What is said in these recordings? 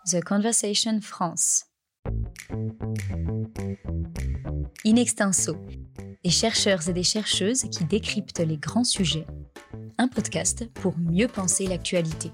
The Conversation France. In extenso, des chercheurs et des chercheuses qui décryptent les grands sujets. Un podcast pour mieux penser l'actualité.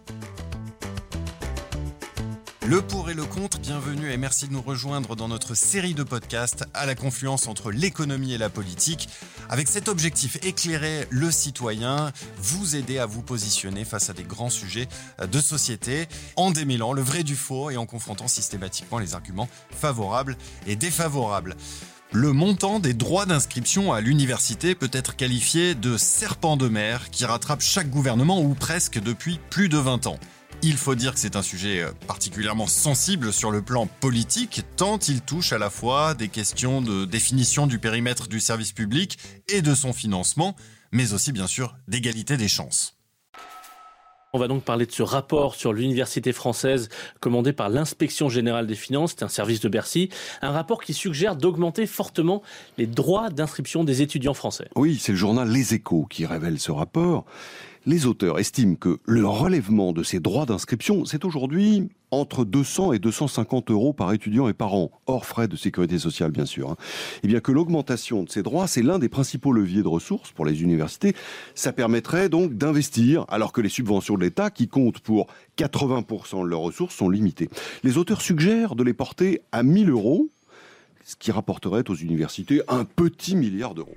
Le pour et le contre, bienvenue et merci de nous rejoindre dans notre série de podcasts à la confluence entre l'économie et la politique. Avec cet objectif, éclairer le citoyen, vous aider à vous positionner face à des grands sujets de société, en démêlant le vrai du faux et en confrontant systématiquement les arguments favorables et défavorables. Le montant des droits d'inscription à l'université peut être qualifié de serpent de mer qui rattrape chaque gouvernement ou presque depuis plus de 20 ans. Il faut dire que c'est un sujet particulièrement sensible sur le plan politique, tant il touche à la fois des questions de définition du périmètre du service public et de son financement, mais aussi bien sûr d'égalité des chances. On va donc parler de ce rapport sur l'université française commandé par l'Inspection générale des finances, c'est un service de Bercy, un rapport qui suggère d'augmenter fortement les droits d'inscription des étudiants français. Oui, c'est le journal Les Échos qui révèle ce rapport. Les auteurs estiment que le relèvement de ces droits d'inscription, c'est aujourd'hui entre 200 et 250 euros par étudiant et par an, hors frais de sécurité sociale bien sûr. Et bien que l'augmentation de ces droits, c'est l'un des principaux leviers de ressources pour les universités. Ça permettrait donc d'investir, alors que les subventions de l'État, qui comptent pour 80% de leurs ressources, sont limitées. Les auteurs suggèrent de les porter à 1 000 euros, ce qui rapporterait aux universités un petit milliard d'euros.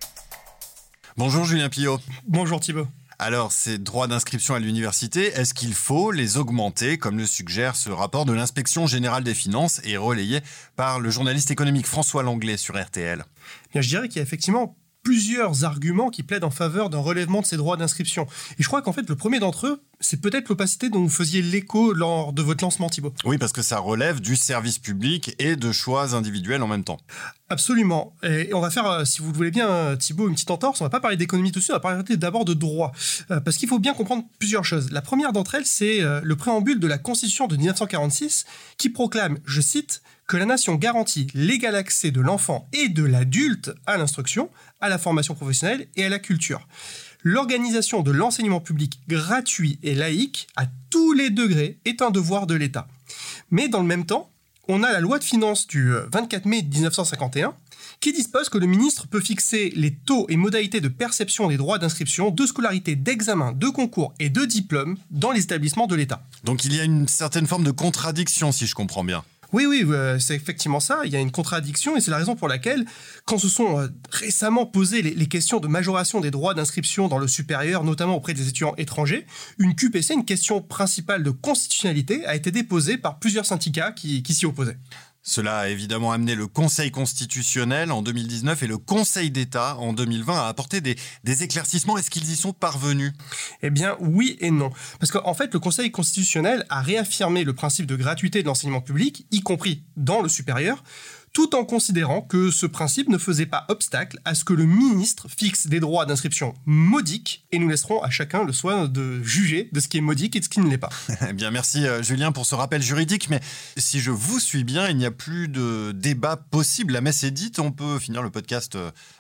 Bonjour Julien Pillot. Bonjour Thibaut. Alors, ces droits d'inscription à l'université, est-ce qu'il faut les augmenter, comme le suggère ce rapport de l'Inspection générale des finances et relayé par le journaliste économique François Langlais sur RTL ? Bien, je dirais qu'il y a effectivement plusieurs arguments qui plaident en faveur d'un relèvement de ces droits d'inscription. Et je crois qu'en fait, le premier d'entre eux, c'est peut-être l'opacité dont vous faisiez l'écho lors de votre lancement, Thibaut. Oui, parce que ça relève du service public et de choix individuels en même temps. Absolument. Et on va faire, si vous le voulez bien, Thibaut, une petite entorse. On va pas parler d'économie tout de suite, on va parler d'abord de droit. Parce qu'il faut bien comprendre plusieurs choses. La première d'entre elles, c'est le préambule de la Constitution de 1946 qui proclame, je cite, que la nation garantit l'égal accès de l'enfant et de l'adulte à l'instruction, à la formation professionnelle et à la culture. L'organisation de l'enseignement public gratuit et laïque à tous les degrés est un devoir de l'État. Mais dans le même temps, on a la loi de finances du 24 mai 1951 qui dispose que le ministre peut fixer les taux et modalités de perception des droits d'inscription, de scolarité, d'examen, de concours et de diplôme dans les établissements de l'État. Donc il y a une certaine forme de contradiction, si je comprends bien. Oui, c'est effectivement ça. Il y a une contradiction et c'est la raison pour laquelle, quand se sont récemment posées les questions de majoration des droits d'inscription dans le supérieur, notamment auprès des étudiants étrangers, une QPC, une question principale de constitutionnalité, a été déposée par plusieurs syndicats qui s'y opposaient. Cela a évidemment amené le Conseil constitutionnel en 2019 et le Conseil d'État en 2020 à apporter des éclaircissements. Est-ce qu'ils y sont parvenus ? Eh bien, oui et non. Parce qu'en fait, le Conseil constitutionnel a réaffirmé le principe de gratuité de l'enseignement public, y compris dans le supérieur, tout en considérant que ce principe ne faisait pas obstacle à ce que le ministre fixe des droits d'inscription modiques, et nous laisserons à chacun le soin de juger de ce qui est modique et de ce qui ne l'est pas. Eh bien, merci Julien pour ce rappel juridique, mais si je vous suis bien, il n'y a plus de débat possible. La messe est dite, on peut finir le podcast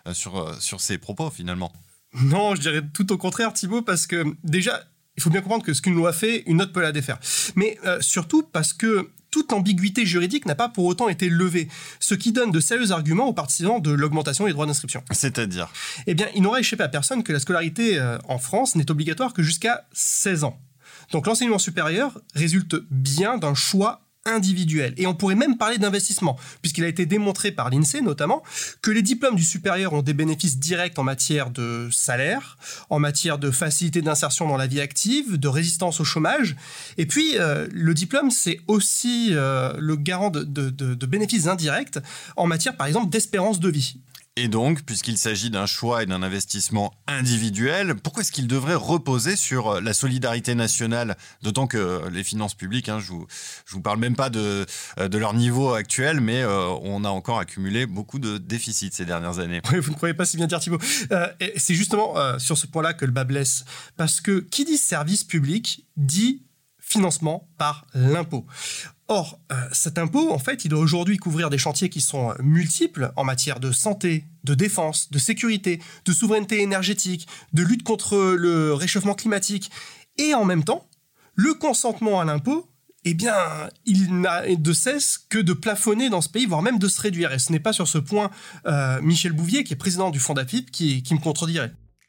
sur ces propos finalement. Non, je dirais tout au contraire Thibaut, parce que déjà, il faut bien comprendre que ce qu'une loi fait, une autre peut la défaire. Mais surtout parce que toute ambiguïté juridique n'a pas pour autant été levée, ce qui donne de sérieux arguments aux partisans de l'augmentation des droits d'inscription. C'est-à-dire ? Eh bien, il n'aura échappé à personne que la scolarité en France n'est obligatoire que jusqu'à 16 ans. Donc l'enseignement supérieur résulte bien d'un choix individuel. Et on pourrait même parler d'investissement, puisqu'il a été démontré par l'INSEE notamment que les diplômes du supérieur ont des bénéfices directs en matière de salaire, en matière de facilité d'insertion dans la vie active, de résistance au chômage. Et puis, le diplôme, c'est aussi le garant de bénéfices indirects en matière, par exemple, d'espérance de vie. Et donc, puisqu'il s'agit d'un choix et d'un investissement individuel, pourquoi est-ce qu'il devrait reposer sur la solidarité nationale ? D'autant que les finances publiques, je vous parle même pas de leur niveau actuel, mais on a encore accumulé beaucoup de déficits ces dernières années. Oui, vous ne croyez pas si bien dire Thibaut. C'est justement sur ce point-là que le bas blesse. Parce que qui dit service public dit financement par l'impôt. Or, cet impôt, en fait, il doit aujourd'hui couvrir des chantiers qui sont multiples en matière de santé, de défense, de sécurité, de souveraineté énergétique, de lutte contre le réchauffement climatique. Et en même temps, le consentement à l'impôt, eh bien, il n'a de cesse que de plafonner dans ce pays, voire même de se réduire. Et ce n'est pas sur ce point Michel Bouvier, qui est président du Fondafip, qui me contredirait.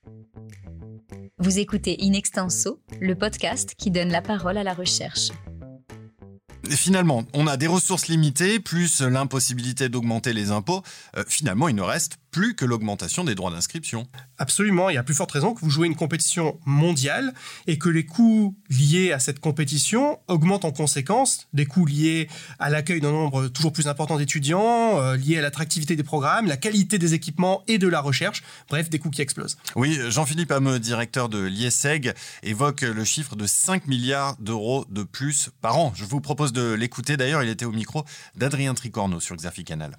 Vous écoutez In Extenso, le podcast qui donne la parole à la recherche. Finalement, on a des ressources limitées, plus l'impossibilité d'augmenter les impôts. Finalement, il ne reste plus que l'augmentation des droits d'inscription. Absolument, il y a plus forte raison que vous jouez une compétition mondiale et que les coûts liés à cette compétition augmentent en conséquence, des coûts liés à l'accueil d'un nombre toujours plus important d'étudiants, liés à l'attractivité des programmes, la qualité des équipements et de la recherche, bref, des coûts qui explosent. Oui, Jean-Philippe Hameux, directeur de l'IESEG, évoque le chiffre de 5 milliards d'euros de plus par an. Je vous propose de l'écouter, d'ailleurs, il était au micro d'Adrien Tricorneau sur Xafi Canal.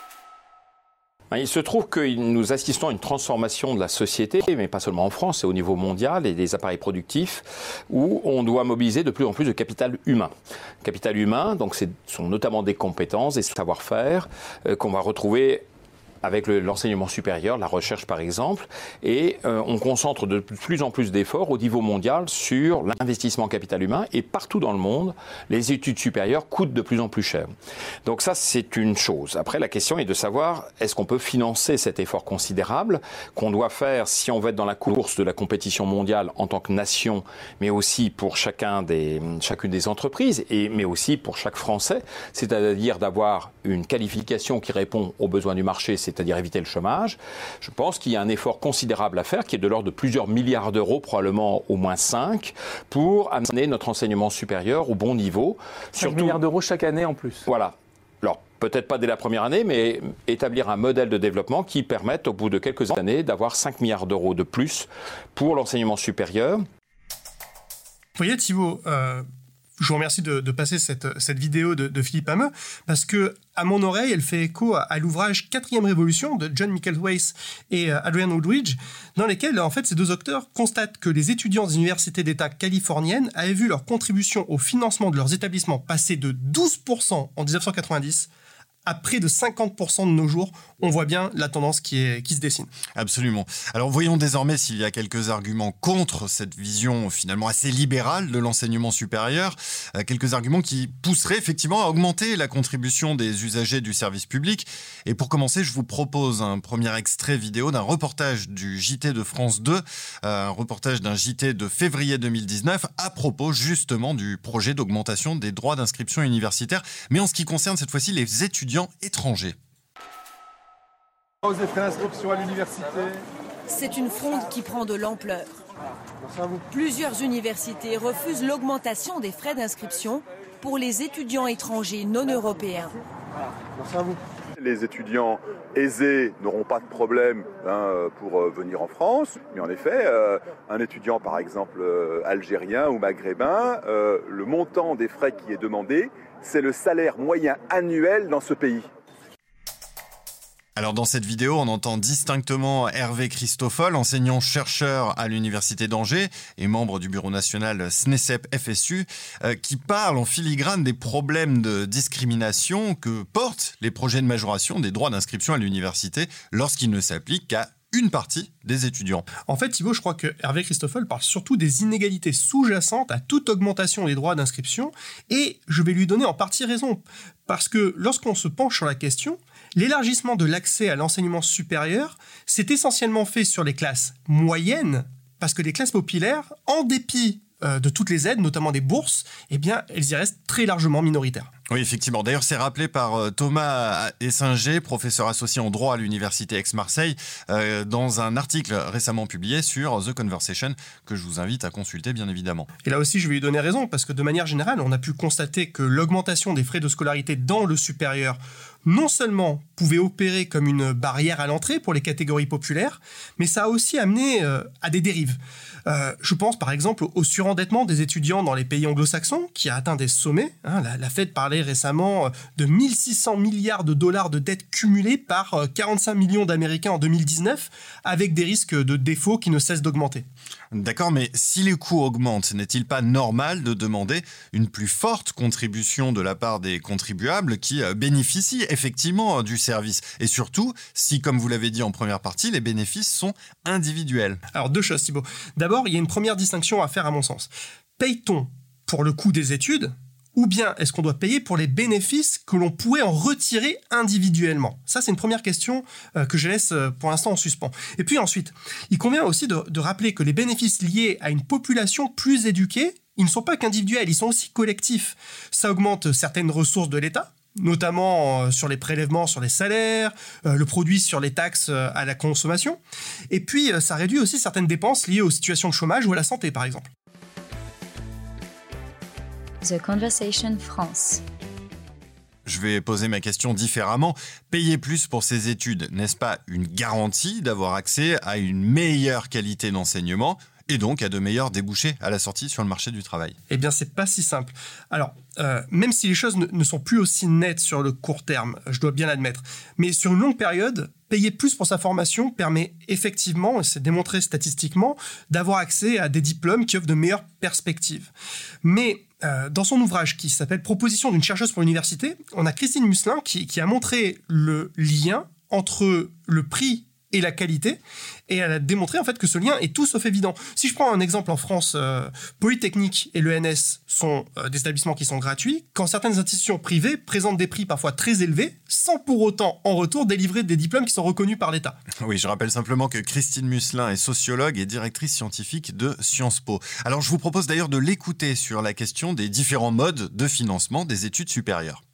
Il se trouve que nous assistons à une transformation de la société, mais pas seulement en France, c'est au niveau mondial et des appareils productifs, où on doit mobiliser de plus en plus de capital humain. Capital humain, donc ce sont notamment des compétences, des savoir-faire qu'on va retrouver avec l'enseignement supérieur, la recherche par exemple, et on concentre de plus en plus d'efforts au niveau mondial sur l'investissement en capital humain, et partout dans le monde, les études supérieures coûtent de plus en plus cher. Donc ça, c'est une chose. Après, la question est de savoir, est-ce qu'on peut financer cet effort considérable qu'on doit faire si on veut être dans la course de la compétition mondiale en tant que nation, mais aussi pour chacune des entreprises, mais aussi pour chaque Français, c'est-à-dire d'avoir une qualification qui répond aux besoins du marché, c'est-à-dire éviter le chômage. Je pense qu'il y a un effort considérable à faire, qui est de l'ordre de plusieurs milliards d'euros, probablement au moins 5, pour amener notre enseignement supérieur au bon niveau. 5 milliards d'euros chaque année en plus. Voilà. Alors, peut-être pas dès la première année, mais établir un modèle de développement qui permette, au bout de quelques années, d'avoir 5 milliards d'euros de plus pour l'enseignement supérieur. Vous voyez, Thibaut, je vous remercie de passer cette vidéo de Philippe Hameux, parce que, à mon oreille, elle fait écho à l'ouvrage 4e Révolution de John Micklethwait et Adrian Woodridge, dans lesquels, en fait, ces deux auteurs constatent que les étudiants des universités d'État californiennes avaient vu leur contribution au financement de leurs établissements passer de 12% en 1990 à près de 50% de nos jours. On voit bien la tendance qui se dessine. Absolument. Alors voyons désormais s'il y a quelques arguments contre cette vision finalement assez libérale de l'enseignement supérieur, quelques arguments qui pousseraient effectivement à augmenter la contribution des usagers du service public. Et pour commencer, je vous propose un premier extrait vidéo d'un reportage du JT de France 2, un reportage d'un JT de février 2019 à propos justement du projet d'augmentation des droits d'inscription universitaire, mais en ce qui concerne cette fois-ci les étudiants étrangers. Hausse des frais d'inscription à l'université. C'est une fronde qui prend de l'ampleur. Plusieurs universités refusent l'augmentation des frais d'inscription pour les étudiants étrangers non européens. Les étudiants aisés n'auront pas de problème pour venir en France. Mais en effet, un étudiant par exemple algérien ou maghrébin, le montant des frais qui est demandé, c'est le salaire moyen annuel dans ce pays. Alors dans cette vidéo, on entend distinctement Hervé Christoffel, enseignant-chercheur à l'Université d'Angers et membre du bureau national SNESEP-FSU, qui parle en filigrane des problèmes de discrimination que portent les projets de majoration des droits d'inscription à l'université lorsqu'ils ne s'appliquent qu'à une partie des étudiants. En fait, Thibaut, je crois que Hervé Christoffel parle surtout des inégalités sous-jacentes à toute augmentation des droits d'inscription, et je vais lui donner en partie raison, parce que lorsqu'on se penche sur la question, l'élargissement de l'accès à l'enseignement supérieur s'est essentiellement fait sur les classes moyennes, parce que les classes populaires, en dépit de toutes les aides, notamment des bourses, eh bien, elles y restent très largement minoritaires. Oui, effectivement. D'ailleurs, c'est rappelé par Thomas Essinger, professeur associé en droit à l'Université Aix-Marseille, dans un article récemment publié sur The Conversation, que je vous invite à consulter, bien évidemment. Et là aussi, je vais lui donner raison, parce que de manière générale, on a pu constater que l'augmentation des frais de scolarité dans le supérieur non seulement pouvait opérer comme une barrière à l'entrée pour les catégories populaires, mais ça a aussi amené à des dérives. Je pense par exemple au surendettement des étudiants dans les pays anglo-saxons, qui a atteint des sommets. La Fed parlait récemment de 1600 milliards de dollars de dettes cumulées par 45 millions d'Américains en 2019, avec des risques de défaut qui ne cessent d'augmenter. D'accord, mais si les coûts augmentent, n'est-il pas normal de demander une plus forte contribution de la part des contribuables qui bénéficient effectivement du service? Et surtout, si, comme vous l'avez dit en première partie, les bénéfices sont individuels. Alors, deux choses, Thibaut. D'abord, il y a une première distinction à faire à mon sens. Paye-t-on pour le coût des études Ou bien est-ce qu'on doit payer pour les bénéfices que l'on pourrait en retirer individuellement? Ça, c'est une première question que je laisse pour l'instant en suspens. Et puis ensuite, il convient aussi de rappeler que les bénéfices liés à une population plus éduquée, ils ne sont pas qu'individuels, ils sont aussi collectifs. Ça augmente certaines ressources de l'État, notamment sur les prélèvements sur les salaires, le produit sur les taxes à la consommation. Et puis, ça réduit aussi certaines dépenses liées aux situations de chômage ou à la santé, par exemple. The Conversation France. Je vais poser ma question différemment. Payer plus pour ses études, n'est-ce pas une garantie d'avoir accès à une meilleure qualité d'enseignement et donc à de meilleurs débouchés à la sortie sur le marché du travail? Eh bien, c'est pas si simple. Alors, même si les choses ne sont plus aussi nettes sur le court terme, je dois bien l'admettre, mais sur une longue période, payer plus pour sa formation permet effectivement, et c'est démontré statistiquement, d'avoir accès à des diplômes qui offrent de meilleures perspectives. Mais dans son ouvrage qui s'appelle « Proposition d'une chercheuse pour l'université », on a Christine Musselin qui a montré le lien entre le prix et la qualité, et elle a démontré en fait que ce lien est tout sauf évident. Si je prends un exemple en France, Polytechnique et l'ENS sont des établissements qui sont gratuits, quand certaines institutions privées présentent des prix parfois très élevés, sans pour autant en retour délivrer des diplômes qui sont reconnus par l'État. Oui, je rappelle simplement que Christine Musselin est sociologue et directrice scientifique de Sciences Po. Alors je vous propose d'ailleurs de l'écouter sur la question des différents modes de financement des études supérieures.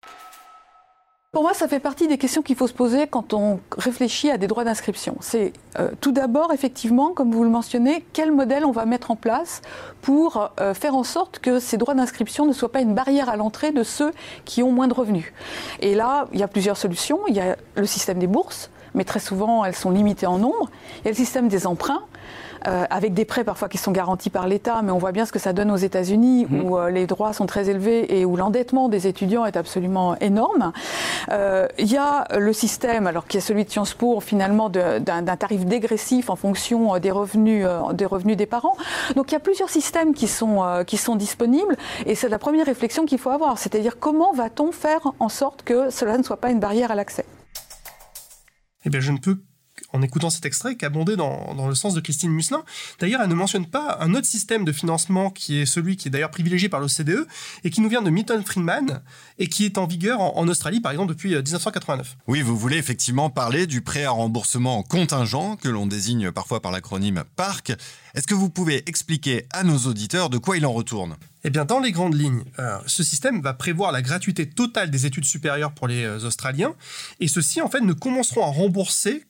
Pour moi, ça fait partie des questions qu'il faut se poser quand on réfléchit à des droits d'inscription. C'est tout d'abord, effectivement, comme vous le mentionnez, quel modèle on va mettre en place pour faire en sorte que ces droits d'inscription ne soient pas une barrière à l'entrée de ceux qui ont moins de revenus. Et là, il y a plusieurs solutions. Il y a le système des bourses, mais très souvent, elles sont limitées en nombre. Il y a le système des emprunts, avec des prêts parfois qui sont garantis par l'État, mais on voit bien ce que ça donne aux États-Unis, où les droits sont très élevés et où l'endettement des étudiants est absolument énorme. Il y a le système, alors qui est celui de Sciences Po, finalement, d'un tarif dégressif en fonction des revenus des parents. Donc il y a plusieurs systèmes qui sont disponibles, et c'est la première réflexion qu'il faut avoir, c'est-à-dire comment va-t-on faire en sorte que cela ne soit pas une barrière à l'accès? Eh bien, je ne peux, en écoutant cet extrait, qu'abonder dans le sens de Christine Musselin. D'ailleurs, elle ne mentionne pas un autre système de financement qui est celui qui est d'ailleurs privilégié par l'OCDE et qui nous vient de Milton Friedman et qui est en vigueur en Australie, par exemple, depuis 1989. Oui, vous voulez effectivement parler du prêt à remboursement contingent, que l'on désigne parfois par l'acronyme PARC. Est-ce que vous pouvez expliquer à nos auditeurs de quoi il en retourne ? Eh bien, dans les grandes lignes, ce système va prévoir la gratuité totale des études supérieures pour les Australiens, et ceux-ci, en fait, ne commenceront à rembourser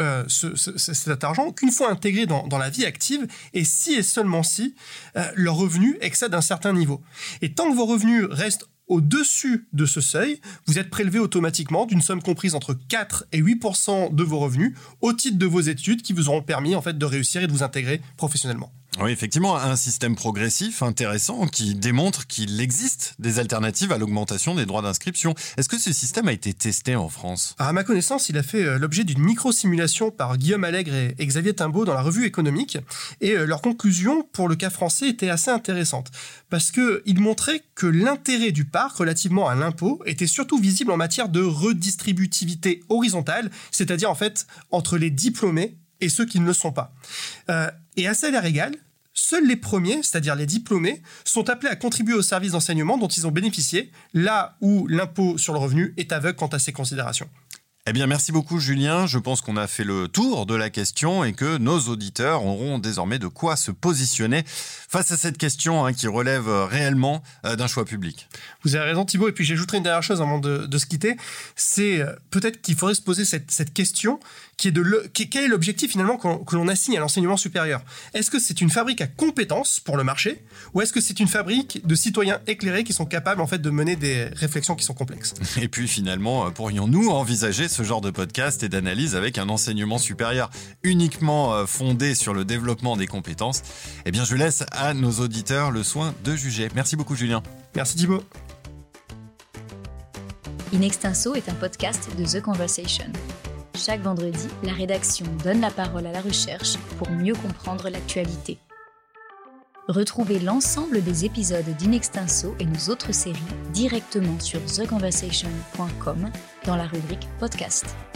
cet argent qu'une fois intégré dans la vie active, et si et seulement si leurs revenus excèdent un certain niveau. Et tant que vos revenus restent au-dessus de ce seuil, vous êtes prélevé automatiquement d'une somme comprise entre 4 et 8% de vos revenus au titre de vos études qui vous auront permis en fait, de réussir et de vous intégrer professionnellement. Oui, effectivement, un système progressif, intéressant, qui démontre qu'il existe des alternatives à l'augmentation des droits d'inscription. Est-ce que ce système a été testé en France ? À ma connaissance, il a fait l'objet d'une micro-simulation par Guillaume Allègre et Xavier Timbaud dans la revue économique, et leur conclusion pour le cas français était assez intéressante, parce qu'ils montraient que l'intérêt du PARC relativement à l'impôt était surtout visible en matière de redistributivité horizontale, c'est-à-dire en fait entre les diplômés et ceux qui ne le sont pas. Et à salaire égal, seuls les premiers, c'est-à-dire les diplômés, sont appelés à contribuer aux services d'enseignement dont ils ont bénéficié, là où l'impôt sur le revenu est aveugle quant à ces considérations. Eh bien, merci beaucoup Julien. Je pense qu'on a fait le tour de la question et que nos auditeurs auront désormais de quoi se positionner face à cette question qui relève réellement d'un choix public. Vous avez raison Thibaut, et puis j'ajouterai une dernière chose avant de se quitter, c'est peut-être qu'il faudrait se poser cette question qui est quel est l'objectif finalement que l'on assigne à l'enseignement supérieur ? Est-ce que c'est une fabrique à compétences pour le marché, ou est-ce que c'est une fabrique de citoyens éclairés qui sont capables en fait de mener des réflexions qui sont complexes ? Et puis finalement, pourrions-nous envisager ce genre de podcast et d'analyse avec un enseignement supérieur uniquement fondé sur le développement des compétences ? Eh bien, je laisse à nos auditeurs le soin de juger. Merci beaucoup Julien. Merci Thibaut. In Extenso est un podcast de The Conversation. Chaque vendredi, la rédaction donne la parole à la recherche pour mieux comprendre l'actualité. Retrouvez l'ensemble des épisodes d'In Extenso et nos autres séries directement sur theconversation.com dans la rubrique podcast.